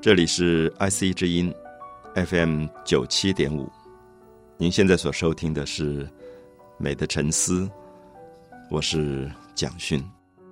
这里是 IC 之音 FM 97.5，您现在所收听的是美的沉思，我是蒋勋。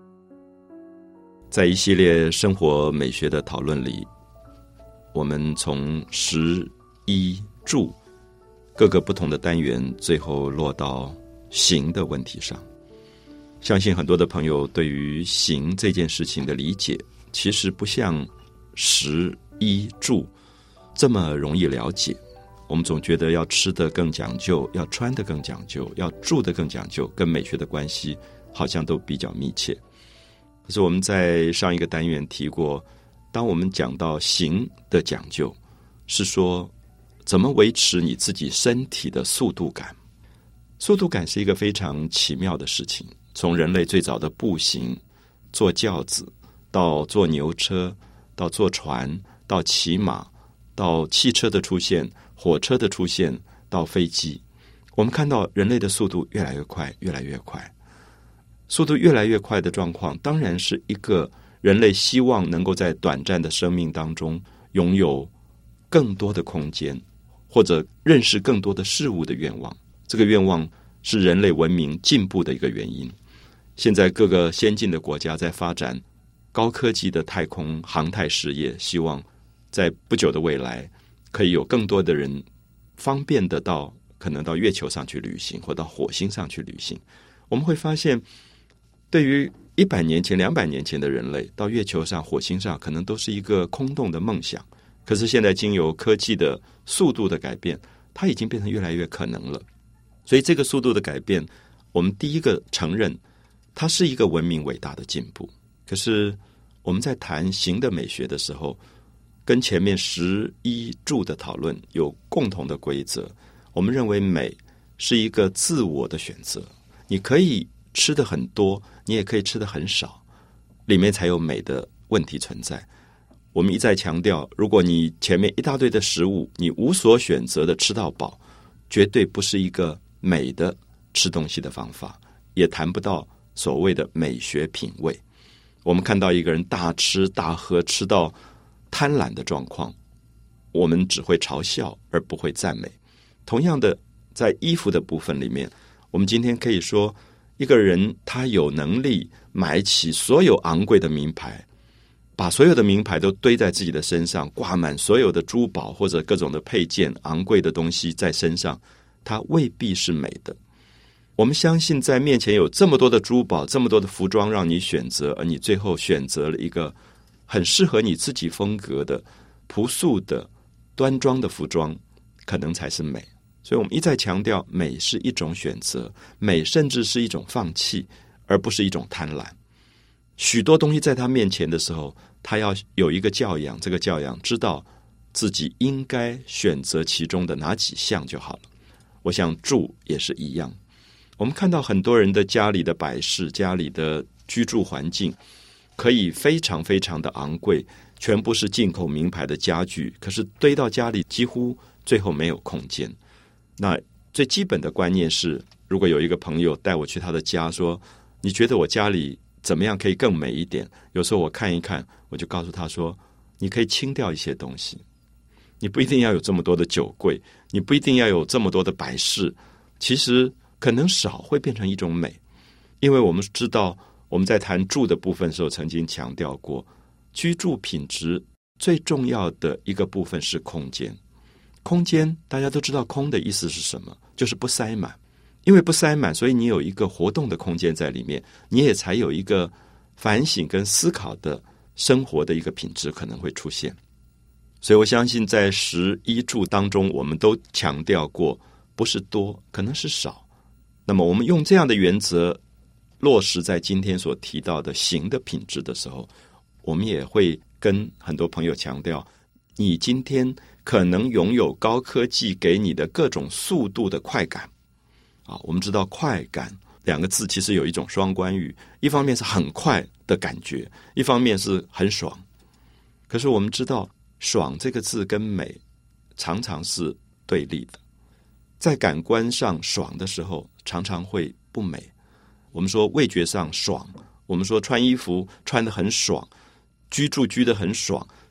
在一系列生活美学的讨论里，我们从食衣住各个不同的单元，最后落到行的问题上。相信很多的朋友对于行这件事情的理解，其实不像食衣住这么容易了解。我们总觉得要吃得更讲究，要穿得更讲究，要住得更讲究，跟美学的关系好像都比较密切。可是我们在上一个单元提过，当我们讲到行的讲究，是说怎么维持你自己身体的速度感。速度感是一个非常奇妙的事情，从人类最早的步行、坐轿子，到坐牛车，到坐船，到骑马，到汽车的出现，火车的出现，到飞机，我们看到人类的速度越来越快，越来越快。速度越来越快的状况，当然是一个人类希望能够在短暂的生命当中拥有更多的空间，或者认识更多的事物的愿望。这个愿望是人类文明进步的一个原因。现在各个先进的国家在发展高科技的太空航太事业，希望在不久的未来可以有更多的人方便的可能到月球上去旅行，或到火星上去旅行。我们会发现，对于100年前、200年前的人类，到月球上、火星上可能都是一个空洞的梦想。可是现在经由科技的速度的改变，它已经变成越来越可能了。所以这个速度的改变，我们第一个承认它是一个文明伟大的进步。可是我们在谈行的美学的时候，跟前面食衣住的讨论有共同的规则。我们认为美是一个自我的选择，你可以吃的很多，你也可以吃的很少，里面才有美的问题存在。我们一再强调，如果你前面一大堆的食物，你无所选择的吃到饱，绝对不是一个美的吃东西的方法，也谈不到所谓的美学品味。我们看到一个人大吃大喝，吃到贪婪的状况，我们只会嘲笑而不会赞美。同样的，在衣服的部分里面，我们今天可以说，一个人他有能力买起所有昂贵的名牌，把所有的名牌都堆在自己的身上，挂满所有的珠宝或者各种的配件，昂贵的东西在身上，它未必是美的。我们相信，在面前有这么多的珠宝，这么多的服装让你选择，而你最后选择了一个很适合你自己风格的朴素的端庄的服装，可能才是美。所以我们一再强调，美是一种选择，美甚至是一种放弃，而不是一种贪婪。许多东西在他面前的时候，他要有一个教养，这个教养知道自己应该选择其中的哪几项就好了。我想住也是一样，我们看到很多人的家里的摆饰，家里的居住环境可以非常非常的昂贵，全部是进口名牌的家具，可是堆到家里几乎最后没有空间。那最基本的观念是，如果有一个朋友带我去他的家，说你觉得我家里怎么样可以更美一点，有时候我看一看，我就告诉他说，你可以清掉一些东西，你不一定要有这么多的酒柜，你不一定要有这么多的摆饰，其实可能少会变成一种美。因为我们知道，我们在谈住的部分的时候曾经强调过，居住品质最重要的一个部分是空间。空间大家都知道，空的意思是什么，就是不塞满。因为不塞满，所以你有一个活动的空间在里面，你也才有一个反省跟思考的生活的一个品质可能会出现。所以我相信在食衣住当中，我们都强调过，不是多，可能是少。那么我们用这样的原则落实在今天所提到的行的品质的时候，我们也会跟很多朋友强调，你今天可能拥有高科技给你的各种速度的快感我们知道快感2个字其实有一种双关语，一方面是很快的感觉，一方面是很爽。可是我们知道，爽这个字跟美常常是对立的。在感官上爽的时候，常常会不美。我们说味觉上爽，我们说穿衣服穿得很爽，居住居得很爽，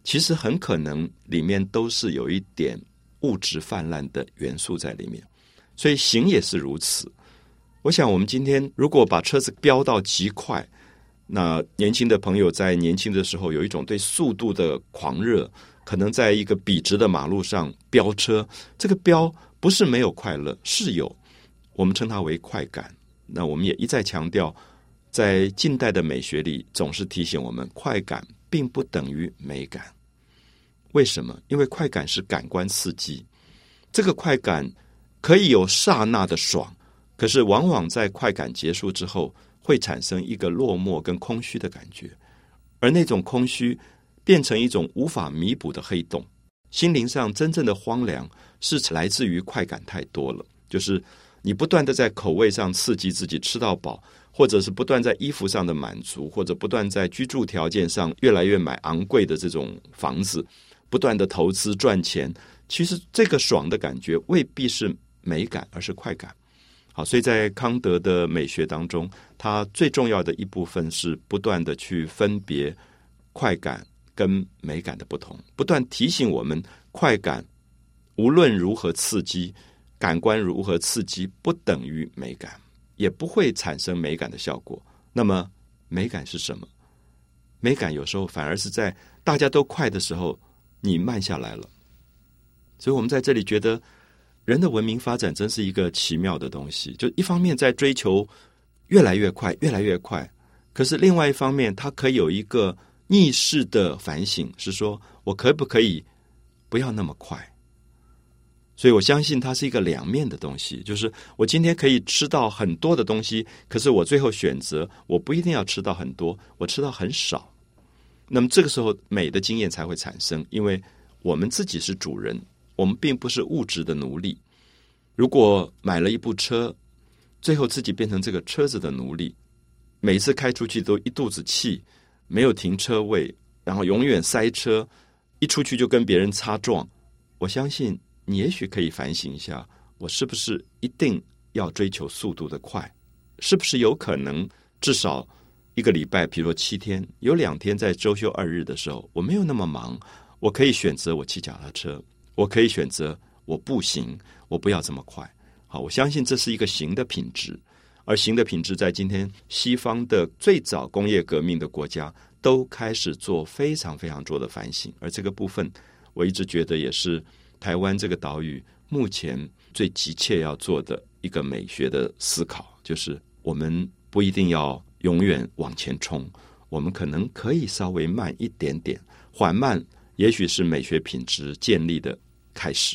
其实很可能里面都是有一点物质泛滥的元素在里面，所以行也是如此。我想我们今天如果把车子飙到极快，那年轻的朋友在年轻的时候有一种对速度的狂热，可能在一个笔直的马路上飙车，这个飙不是没有快乐，是有，我们称它为快感。那我们也一再强调，在近代的美学里总是提醒我们，快感并不等于美感。为什么？因为快感是感官刺激，这个快感可以有刹那的爽，可是往往在快感结束之后会产生一个落寞跟空虚的感觉，而那种空虚变成一种无法弥补的黑洞。心灵上真正的荒凉是来自于快感太多了，就是你不断的在口味上刺激自己吃到饱，或者是不断在衣服上的满足，或者不断在居住条件上越来越买昂贵的这种房子，不断的投资赚钱，其实这个爽的感觉未必是美感，而是快感。好，所以在康德的美学当中，它最重要的一部分是不断的去分别快感跟美感的不同，不断提醒我们，快感无论如何刺激，感官如何刺激，不等于美感，也不会产生美感的效果。那么美感是什么？美感有时候反而是在大家都快的时候你慢下来了。所以我们在这里觉得人的文明发展真是一个奇妙的东西，就一方面在追求越来越快越来越快，可是另外一方面它可以有一个逆势的反省，是说我可不可以不要那么快。所以我相信它是一个两面的东西，就是我今天可以吃到很多的东西，可是我最后选择我不一定要吃到很多，我吃到很少，那么这个时候美的经验才会产生，因为我们自己是主人，我们并不是物质的奴隶。如果买了一部车，最后自己变成这个车子的奴隶，每次开出去都一肚子气，没有停车位，然后永远塞车，一出去就跟别人擦撞，我相信你也许可以反省一下，我是不是一定要追求速度的快？是不是有可能至少一个礼拜，比如说7天，有2天在周休2日的时候，我没有那么忙，我可以选择我骑脚踏车，我可以选择我步行，我不要这么快。好，我相信这是一个行的品质，而行的品质在今天西方的最早工业革命的国家都开始做非常非常多的反省，而这个部分我一直觉得也是台湾这个岛屿目前最急切要做的一个美学的思考，就是我们不一定要永远往前冲，我们可能可以稍微慢一点点，缓慢也许是美学品质建立的开始。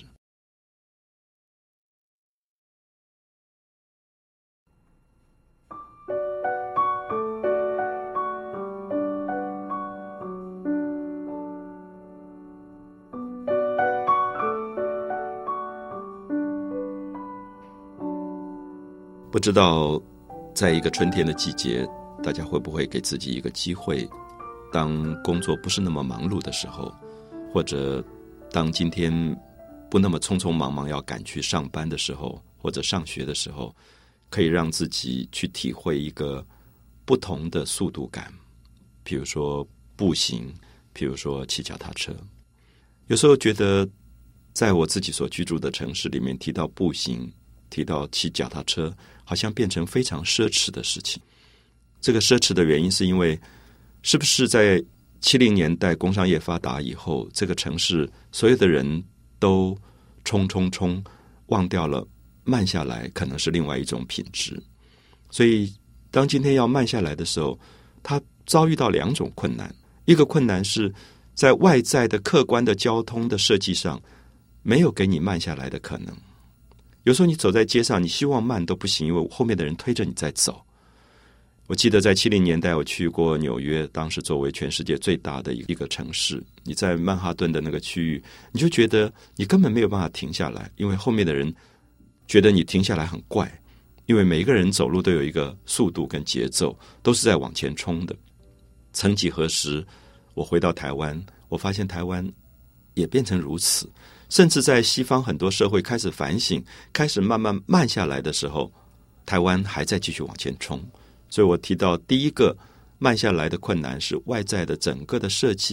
不知道在一个春天的季节，大家会不会给自己一个机会，当工作不是那么忙碌的时候，或者当今天不那么匆匆忙忙要赶去上班的时候，或者上学的时候，可以让自己去体会一个不同的速度感，比如说步行，比如说骑脚踏车。有时候觉得在我自己所居住的城市里面，提到步行，提到骑脚踏车，好像变成非常奢侈的事情。这个奢侈的原因是因为是不是在70年代工商业发达以后，这个城市所有的人都冲，忘掉了慢下来可能是另外一种品质。所以当今天要慢下来的时候，他遭遇到2种困难。一个困难是在外在的客观的交通的设计上没有给你慢下来的可能。有时候你走在街上，你希望慢都不行，因为后面的人推着你在走。我记得在70年代我去过纽约，当时作为全世界最大的一个城市，你在曼哈顿的那个区域，你就觉得你根本没有办法停下来，因为后面的人觉得你停下来很怪，因为每一个人走路都有一个速度跟节奏，都是在往前冲的。曾几何时我回到台湾，我发现台湾也变成如此，甚至在西方很多社会开始反省，开始慢慢慢下来的时候，台湾还在继续往前冲。所以我提到第一个慢下来的困难是外在的整个的设计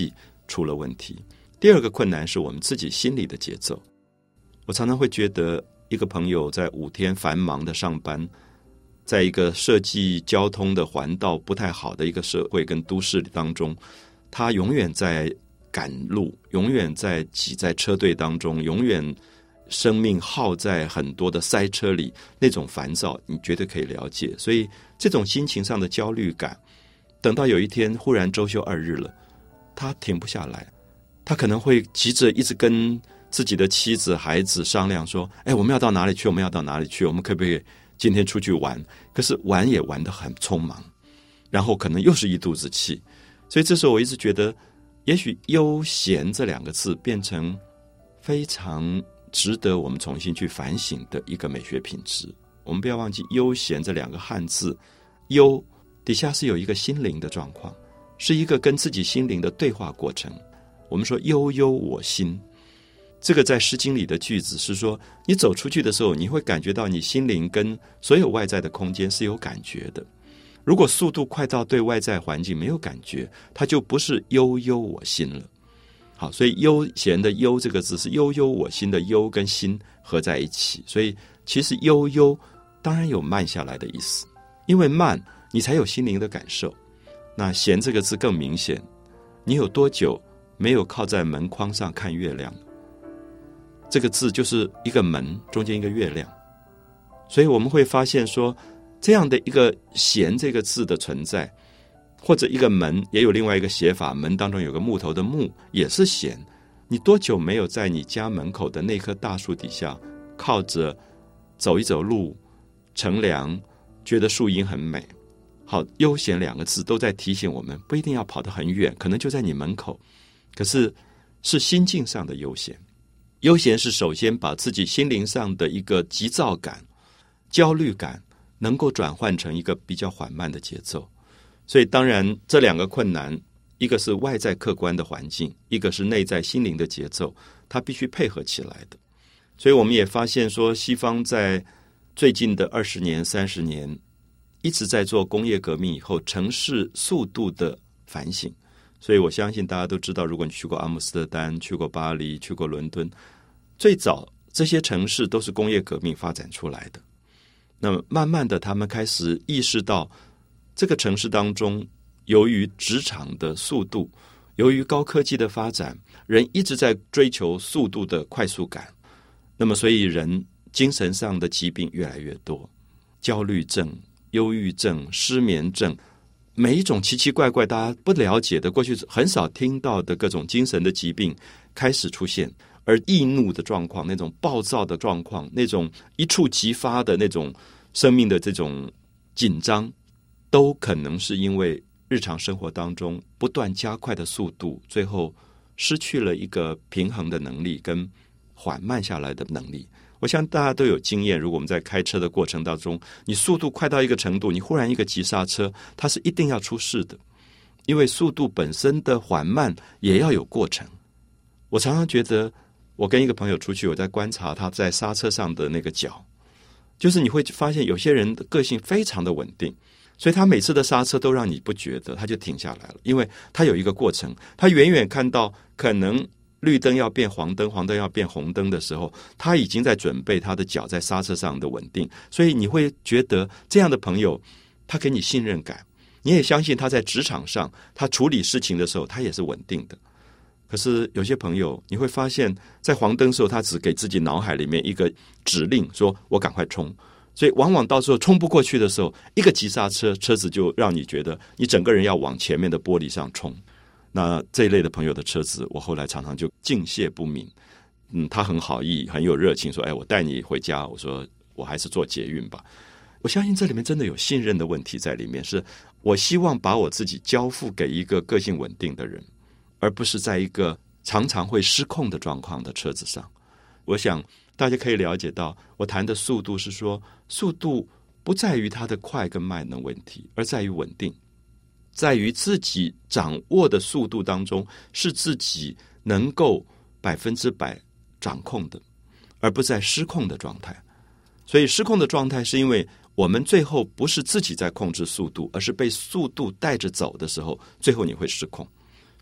出了问题。第二个困难是我们自己心里的节奏。我常常会觉得，一个朋友在5天繁忙的上班，在一个设计交通的环道不太好的一个社会跟都市当中，他永远在赶路，永远在挤在车队当中，永远生命耗在很多的塞车里，那种烦躁你绝对可以了解。所以这种心情上的焦虑感，等到有一天忽然周休2日了，他停不下来，他可能会急着一直跟自己的妻子孩子商量说，我们要到哪里去，我们要到哪里去，我们可不可以今天出去玩。可是玩也玩得很匆忙，然后可能又是一肚子气。所以这时候我一直觉得，也许悠闲这2个字变成非常值得我们重新去反省的一个美学品质。我们不要忘记悠闲这2个汉字，悠底下是有一个心灵的状况，是一个跟自己心灵的对话过程。我们说悠悠我心，这个在诗经里的句子是说，你走出去的时候，你会感觉到你心灵跟所有外在的空间是有感觉的。如果速度快到对外在环境没有感觉，它就不是悠悠我心了。好，所以悠闲的悠这个字是悠悠我心的悠跟心合在一起，所以其实悠悠当然有慢下来的意思，因为慢你才有心灵的感受。那闲这个字更明显，你有多久没有靠在门框上看月亮？这个字就是一个门中间一个月亮，所以我们会发现说，这样的一个闲这个字的存在，或者一个门也有另外一个写法，门当中有个木头的木也是闲。你多久没有在你家门口的那棵大树底下靠着走一走路乘凉，觉得树荫很美？好，悠闲2个字都在提醒我们，不一定要跑得很远，可能就在你门口，可是是心境上的悠闲。悠闲是首先把自己心灵上的一个急躁感、焦虑感能够转换成一个比较缓慢的节奏。所以当然这2个困难，一个是外在客观的环境，一个是内在心灵的节奏，它必须配合起来的。所以我们也发现说，西方在最近的20年、30年一直在做工业革命以后城市速度的反省。所以我相信大家都知道，如果你去过阿姆斯特丹、去过巴黎、去过伦敦，最早这些城市都是工业革命发展出来的。那么慢慢的他们开始意识到，这个城市当中由于职场的速度，由于高科技的发展，人一直在追求速度的快速感，那么所以人精神上的疾病越来越多，焦虑症、忧郁症、失眠症，每一种奇奇怪怪大家不了解的，过去很少听到的各种精神的疾病开始出现。而易怒的状况，那种暴躁的状况，那种一触即发的那种生命的这种紧张，都可能是因为日常生活当中不断加快的速度，最后失去了一个平衡的能力跟缓慢下来的能力。我想大家都有经验，如果我们在开车的过程当中，你速度快到一个程度，你忽然一个急刹车，它是一定要出事的，因为速度本身的缓慢也要有过程。我常常觉得，我跟一个朋友出去，我在观察他在刹车上的那个脚，就是你会发现有些人的个性非常的稳定，所以他每次的刹车都让你不觉得，他就停下来了，因为他有一个过程，他远远看到可能绿灯要变黄灯，黄灯要变红灯的时候，他已经在准备他的脚在刹车上的稳定，所以你会觉得这样的朋友他给你信任感，你也相信他在职场上他处理事情的时候他也是稳定的。可是有些朋友你会发现，在黄灯的时候他只给自己脑海里面一个指令，说我赶快冲，所以往往到时候冲不过去的时候，一个急刹车，车子就让你觉得你整个人要往前面的玻璃上冲。那这一类的朋友的车子，我后来常常就敬谢不敏。他很好意，很有热情，说我带你回家，我说我还是坐捷运吧。我相信这里面真的有信任的问题在里面，是我希望把我自己交付给一个个性稳定的人，而不是在一个常常会失控的状况的车子上。我想大家可以了解到，我谈的速度是说，速度不在于它的快跟慢的问题，而在于稳定，在于自己掌握的速度当中是自己能够100%掌控的，而不在失控的状态。所以失控的状态是因为我们最后不是自己在控制速度，而是被速度带着走的时候，最后你会失控。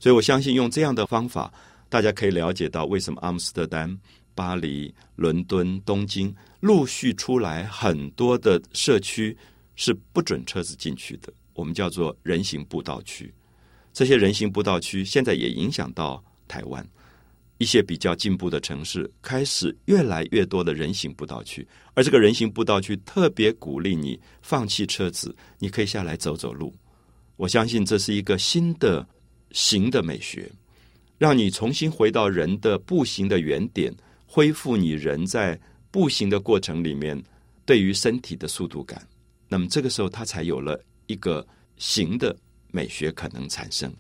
所以我相信用这样的方法，大家可以了解到为什么阿姆斯特丹、巴黎、伦敦、东京陆续出来很多的社区是不准车子进去的，我们叫做人行步道区。这些人行步道区现在也影响到台湾一些比较进步的城市，开始越来越多的人行步道区，而这个人行步道区特别鼓励你放弃车子，你可以下来走走路。我相信这是一个新的行的美学，让你重新回到人的步行的原点，恢复你人在步行的过程里面对于身体的速度感，那么这个时候它才有了一个行的美学可能产生。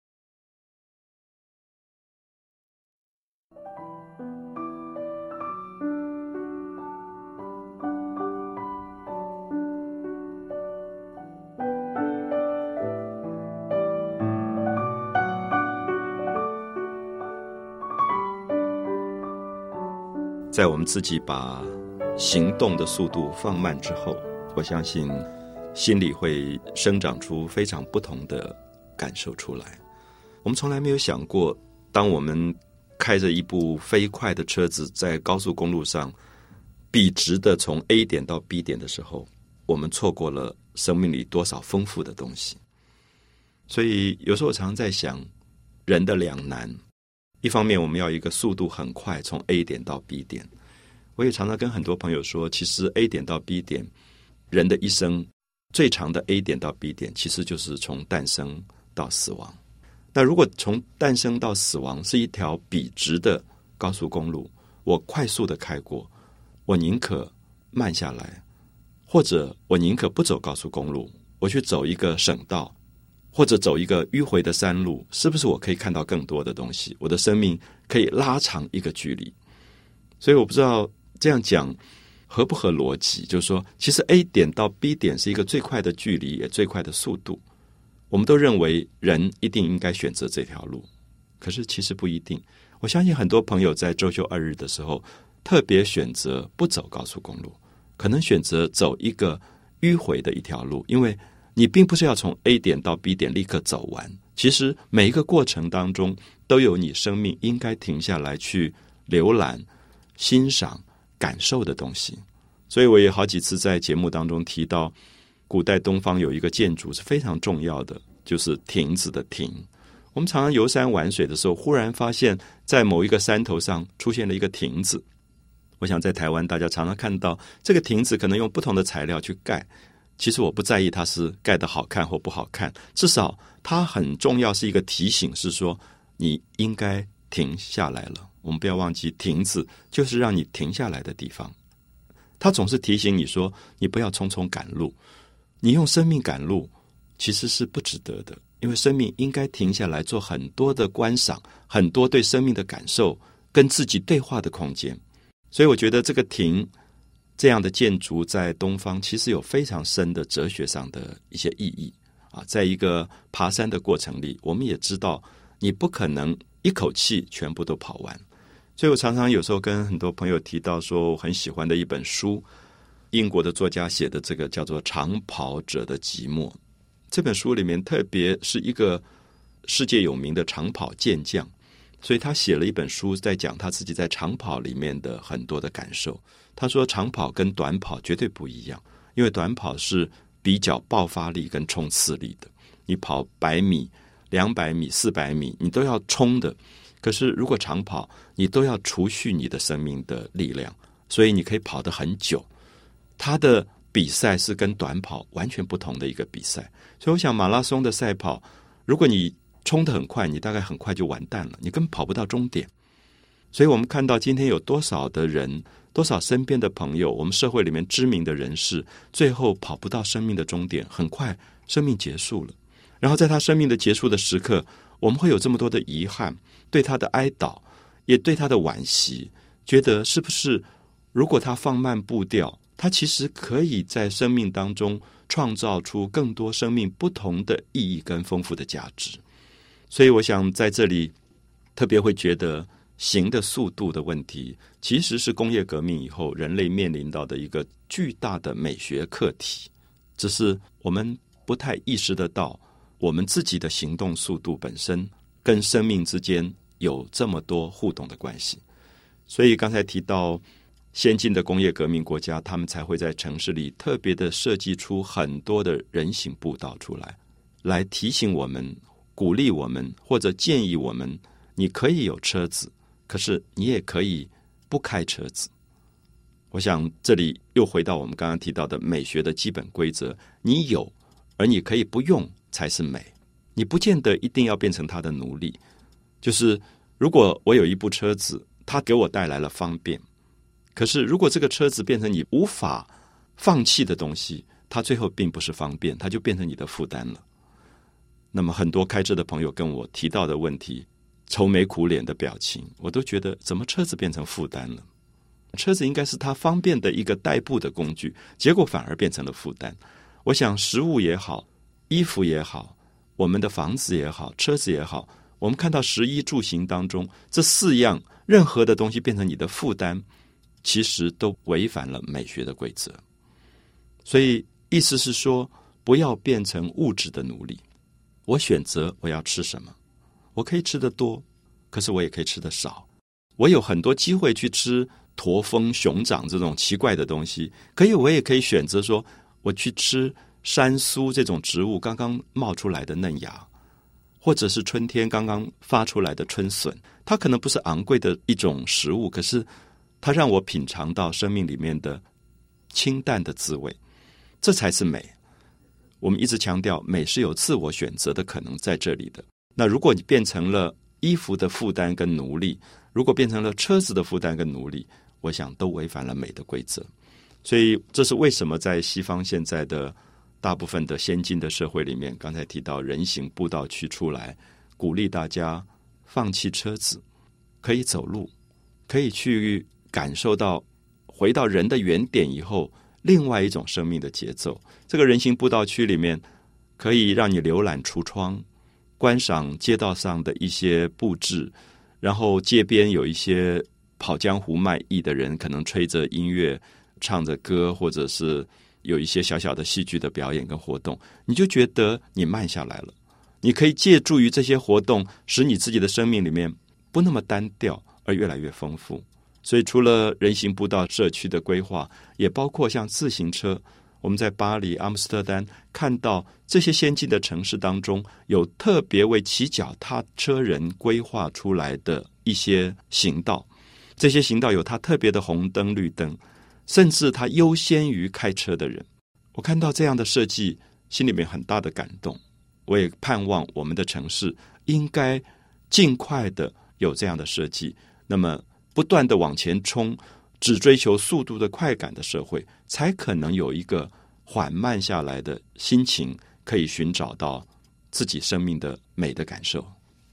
在我们自己把行动的速度放慢之后，我相信心里会生长出非常不同的感受出来。我们从来没有想过，当我们开着一部飞快的车子在高速公路上笔直的从 A 点到 B 点的时候，我们错过了生命里多少丰富的东西。所以有时候我常常在想人的两难，一方面我们要一个速度很快从 A 点到 B 点，我也常常跟很多朋友说，其实 A 点到 B 点，人的一生最长的 A 点到 B 点其实就是从诞生到死亡。那如果从诞生到死亡是一条笔直的高速公路，我快速的开过，我宁可慢下来，或者我宁可不走高速公路，我去走一个省道，或者走一个迂回的山路，是不是我可以看到更多的东西，我的生命可以拉长一个距离。所以我不知道这样讲合不合逻辑，就是说其实 A 点到 B 点是一个最快的距离，也最快的速度，我们都认为人一定应该选择这条路，可是其实不一定。我相信很多朋友在周休2日的时候特别选择不走高速公路，可能选择走一个迂回的一条路，因为你并不是要从 A 点到 B 点立刻走完，其实每一个过程当中都有你生命应该停下来去浏览、欣赏、感受的东西。所以我也好几次在节目当中提到，古代东方有一个建筑是非常重要的，就是亭子的亭。我们常常游山玩水的时候，忽然发现在某一个山头上出现了一个亭子。我想在台湾大家常常看到这个亭子可能用不同的材料去盖，其实我不在意它是盖得好看或不好看，至少它很重要，是一个提醒，是说你应该停下来了。我们不要忘记，亭子就是让你停下来的地方。它总是提醒你说，你不要匆匆赶路，你用生命赶路其实是不值得的，因为生命应该停下来做很多的观赏，很多对生命的感受，跟自己对话的空间。所以我觉得这个亭这样的建筑在东方其实有非常深的哲学上的一些意义啊。在一个爬山的过程里，我们也知道你不可能一口气全部都跑完。所以我常常有时候跟很多朋友提到说，我很喜欢的一本书，英国的作家写的，这个叫做《长跑者的寂寞》。这本书里面特别是一个世界有名的长跑健将，所以他写了一本书在讲他自己在长跑里面的很多的感受。他说长跑跟短跑绝对不一样，因为短跑是比较爆发力跟冲刺力的，你跑100米、200米、400米你都要冲的，可是如果长跑你都要储蓄你的生命的力量，所以你可以跑得很久。他的比赛是跟短跑完全不同的一个比赛，所以我想马拉松的赛跑，如果你冲得很快，你大概很快就完蛋了，你根本跑不到终点。所以我们看到今天有多少的人，多少身边的朋友，我们社会里面知名的人士，最后跑不到生命的终点，很快生命结束了。然后在他生命的结束的时刻，我们会有这么多的遗憾，对他的哀悼，也对他的惋惜，觉得是不是如果他放慢步调，他其实可以在生命当中创造出更多生命不同的意义跟丰富的价值。所以我想在这里特别会觉得行的速度的问题，其实是工业革命以后人类面临到的一个巨大的美学课题，只是我们不太意识得到我们自己的行动速度本身跟生命之间有这么多互动的关系。所以刚才提到先进的工业革命国家，他们才会在城市里特别的设计出很多的人行步道出来，来提醒我们、鼓励我们，或者建议我们，你可以有车子，可是你也可以不开车子。我想这里又回到我们刚刚提到的美学的基本规则，你有而你可以不用才是美，你不见得一定要变成他的奴隶。就是如果我有一部车子，它给我带来了方便，可是如果这个车子变成你无法放弃的东西，它最后并不是方便，它就变成你的负担了。那么很多开车的朋友跟我提到的问题，愁眉苦脸的表情，我都觉得怎么车子变成负担了？车子应该是它方便的一个代步的工具，结果反而变成了负担。我想食物也好，衣服也好，我们的房子也好，车子也好，我们看到食衣住行当中这4样，任何的东西变成你的负担，其实都违反了美学的规则。所以意思是说，不要变成物质的奴隶。我选择我要吃什么，我可以吃得多，可是我也可以吃得少。我有很多机会去吃驼峰、熊掌这种奇怪的东西，可以我也可以选择说，我去吃山苏这种植物刚刚冒出来的嫩芽，或者是春天刚刚发出来的春笋。它可能不是昂贵的一种食物，可是它让我品尝到生命里面的清淡的滋味，这才是美。我们一直强调，美是有自我选择的可能在这里的。那如果你变成了衣服的负担跟奴隶，如果变成了车子的负担跟奴隶，我想都违反了美的规则。所以这是为什么在西方现在的大部分的先进的社会里面，刚才提到人行步道区出来，鼓励大家放弃车子，可以走路，可以去感受到回到人的原点以后另外一种生命的节奏。这个人行步道区里面可以让你浏览橱窗，观赏街道上的一些布置，然后街边有一些跑江湖卖艺的人，可能吹着音乐唱着歌，或者是有一些小小的戏剧的表演跟活动，你就觉得你慢下来了。你可以借助于这些活动，使你自己的生命里面不那么单调，而越来越丰富。所以除了人行步道社区的规划，也包括像自行车。我们在巴黎、阿姆斯特丹看到这些先进的城市当中，有特别为骑脚踏车人规划出来的一些行道，这些行道有它特别的红灯绿灯，甚至它优先于开车的人。我看到这样的设计，心里面很大的感动。我也盼望我们的城市应该尽快的有这样的设计，那么不断的往前冲，只追求速度的快感的社会，才可能有一个缓慢下来的心情，可以寻找到自己生命的美的感受。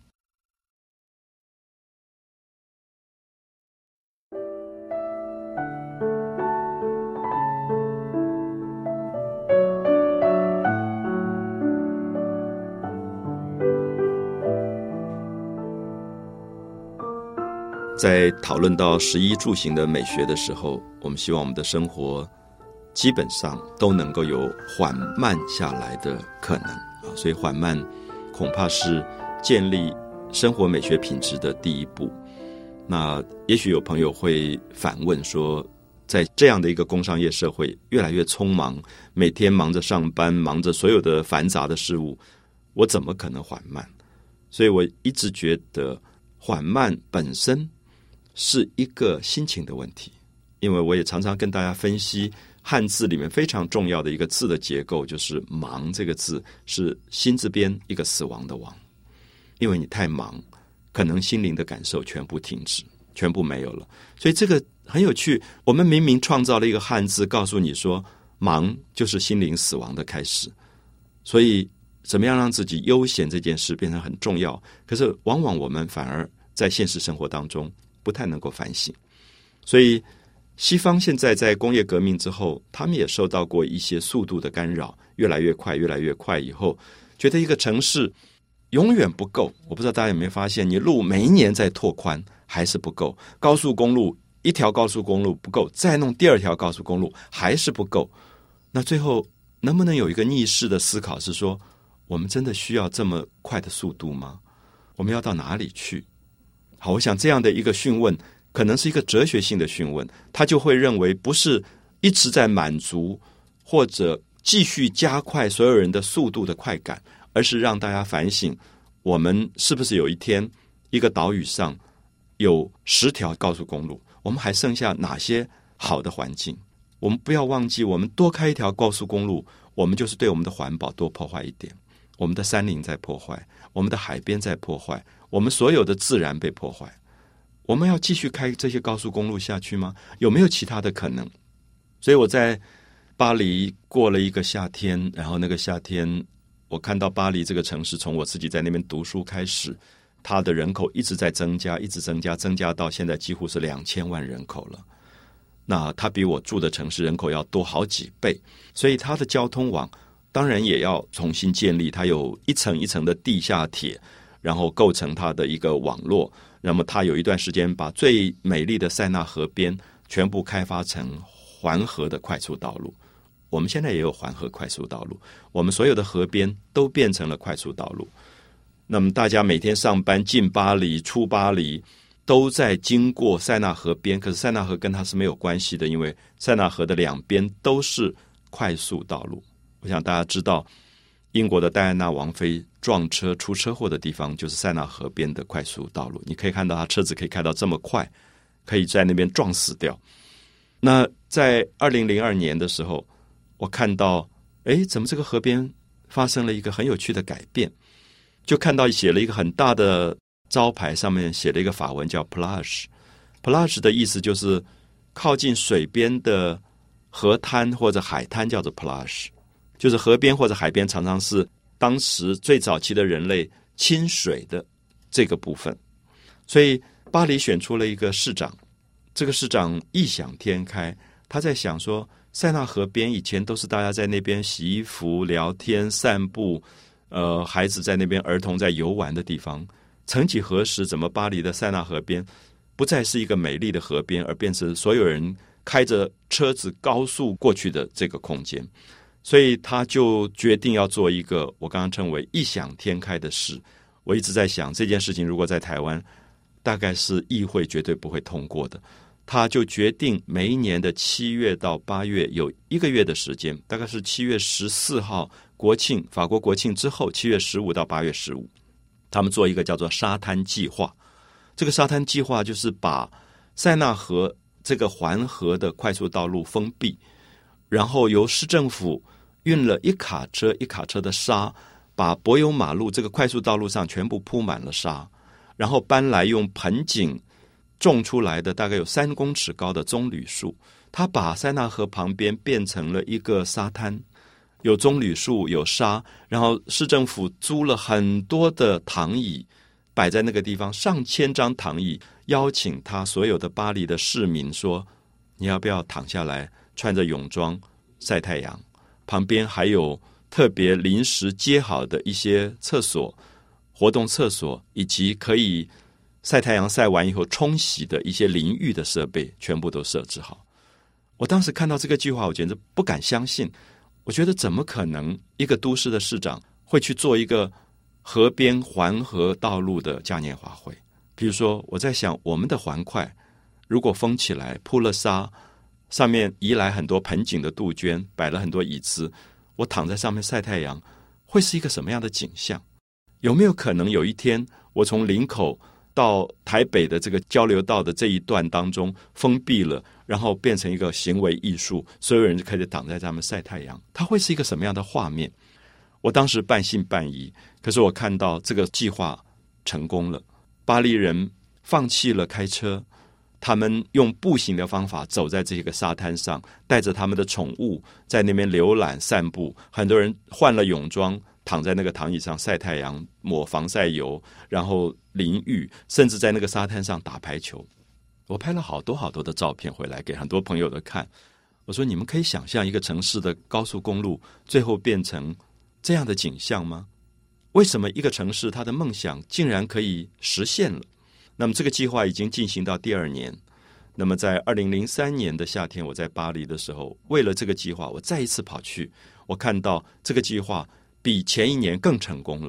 在讨论到食衣住行的美学的时候，我们希望我们的生活基本上都能够有缓慢下来的可能啊，所以缓慢恐怕是建立生活美学品质的第一步。那也许有朋友会反问说，在这样的一个工商业社会越来越匆忙，每天忙着上班，忙着所有的繁杂的事物，我怎么可能缓慢？所以我一直觉得缓慢本身是一个心情的问题，因为我也常常跟大家分析汉字里面非常重要的一个字的结构，就是忙这个字是心字边一个死亡的亡，因为你太忙，可能心灵的感受全部停止，全部没有了。所以这个很有趣，我们明明创造了一个汉字，告诉你说忙就是心灵死亡的开始，所以怎么样让自己悠闲这件事变成很重要，可是往往我们反而在现实生活当中不太能够反省。所以西方现在在工业革命之后，他们也受到过一些速度的干扰，越来越快越来越快以后，觉得一个城市永远不够。我不知道大家有没有发现，你路每一年在拓宽还是不够，高速公路一条高速公路不够，再弄第二条高速公路还是不够。那最后能不能有一个逆势的思考，是说我们真的需要这么快的速度吗？ 我们要到哪里去？好，我想这样的一个询问可能是一个哲学性的询问，他就会认为不是一直在满足或者继续加快所有人的速度的快感，而是让大家反省，我们是不是有一天一个岛屿上有10条高速公路，我们还剩下哪些好的环境？我们不要忘记，我们多开一条高速公路，我们就是对我们的环保多破坏一点，我们的山林在破坏，我们的海边在破坏，我们所有的自然被破坏。我们要继续开这些高速公路下去吗？有没有其他的可能？所以我在巴黎过了一个夏天，然后那个夏天我看到巴黎这个城市，从我自己在那边读书开始，它的人口一直在增加，一直增加，增加到现在几乎是2000万人口了。那它比我住的城市人口要多好几倍，所以它的交通网当然也要重新建立，它有一层一层的地下铁，然后构成它的一个网络。那么它有一段时间把最美丽的塞纳河边全部开发成环河的快速道路，我们现在也有环河快速道路，我们所有的河边都变成了快速道路。那么大家每天上班进巴黎出巴黎都在经过塞纳河边，可是塞纳河跟它是没有关系的，因为塞纳河的两边都是快速道路。我想大家知道，英国的戴安娜王妃撞车出车祸的地方就是塞纳河边的快速道路，你可以看到她车子可以开到这么快，可以在那边撞死掉。那在2002年的时候，我看到怎么这个河边发生了一个很有趣的改变，就看到写了一个很大的招牌，上面写了一个法文叫 plage 的意思就是靠近水边的河滩或者海滩叫做 plage， 就是河边或者海边常常是当时最早期的人类亲水的这个部分。所以巴黎选出了一个市长，这个市长异想天开，他在想说塞纳河边以前都是大家在那边洗衣服聊天散步，孩子在那边，儿童在游玩的地方，曾几何时怎么巴黎的塞纳河边不再是一个美丽的河边，而变成所有人开着车子高速过去的这个空间。所以他就决定要做一个我刚刚称为异想天开的事。我一直在想，这件事情如果在台湾大概是议会绝对不会通过的。他就决定每一年的7月到8月有1个月的时间，大概是7月14号国庆，法国国庆之后7月15到8月15，他们做一个叫做沙滩计划。这个沙滩计划就是把塞纳河这个环河的快速道路封闭，然后由市政府运了一卡车一卡车的沙，把柏油马路这个快速道路上全部铺满了沙，然后搬来用盆景种出来的大概有3公尺高的棕榈树，他把塞纳河旁边变成了一个沙滩，有棕榈树有沙，然后市政府租了很多的躺椅摆在那个地方，上千张躺椅，邀请他所有的巴黎的市民说，你要不要躺下来穿着泳装晒太阳，旁边还有特别临时接好的一些厕所，活动厕所，以及可以晒太阳晒完以后冲洗的一些淋浴的设备全部都设置好。我当时看到这个计划，我简直不敢相信，我觉得怎么可能一个都市的市长会去做一个河边环河道路的嘉年华会？比如说我在想，我们的环快如果封起来铺了沙，上面移来很多盆景的杜鹃，摆了很多椅子，我躺在上面晒太阳，会是一个什么样的景象？有没有可能有一天我从林口到台北的这个交流道的这一段当中封闭了，然后变成一个行为艺术，所有人就开始躺在上面晒太阳，它会是一个什么样的画面？我当时半信半疑，可是我看到这个计划成功了，巴黎人放弃了开车，他们用步行的方法走在这个沙滩上，带着他们的宠物在那边浏览散步，很多人换了泳装躺在那个躺椅上晒太阳，抹防晒油，然后淋浴，甚至在那个沙滩上打排球。我拍了好多好多的照片回来给很多朋友的看，我说你们可以想象一个城市的高速公路最后变成这样的景象吗？为什么一个城市它的梦想竟然可以实现了？那么这个计划已经进行到第2年，那么在2003年的夏天，我在巴黎的时候，为了这个计划我再一次跑去，我看到这个计划比前一年更成功了，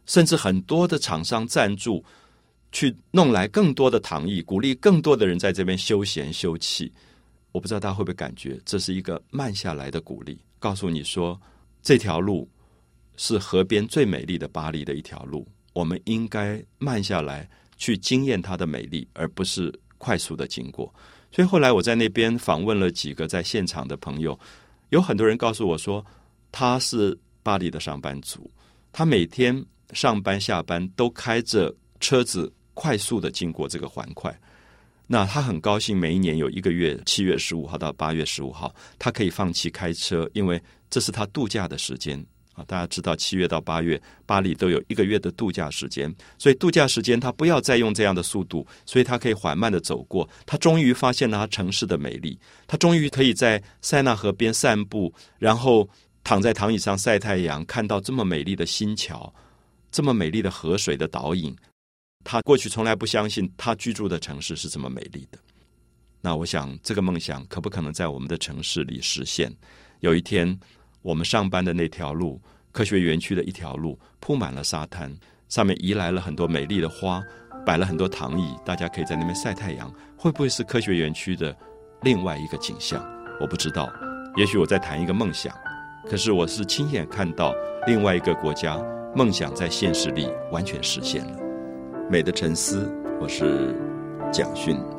甚至很多的厂商赞助，去弄来更多的躺椅，鼓励更多的人在这边休闲休憩。我不知道大家会不会感觉这是一个慢下来的鼓励，告诉你说这条路是河边最美丽的巴黎的一条路，我们应该慢下来去惊艳它的美丽，而不是快速的经过。所以后来我在那边访问了几个在现场的朋友，有很多人告诉我说他是巴黎的上班族，他每天上班下班都开着车子快速的经过这个环快。那他很高兴每一年有一个月7月15号到8月15号他可以放弃开车，因为这是他度假的时间。大家知道7月到8月巴黎都有1个月的度假时间，所以度假时间他不要再用这样的速度，所以他可以缓慢的走过。他终于发现了他城市的美丽，他终于可以在塞纳河边散步，然后躺在躺椅上晒太阳，看到这么美丽的新桥，这么美丽的河水的倒影。他过去从来不相信他居住的城市是这么美丽的。那我想这个梦想可不可能在我们的城市里实现？有一天我们上班的那条路，科学园区的一条路铺满了沙滩，上面移来了很多美丽的花，摆了很多躺椅，大家可以在那边晒太阳。会不会是科学园区的另外一个景象？我不知道，也许我在谈一个梦想，可是我是亲眼看到另外一个国家梦想在现实里完全实现了。美的沉思，我是蒋勋。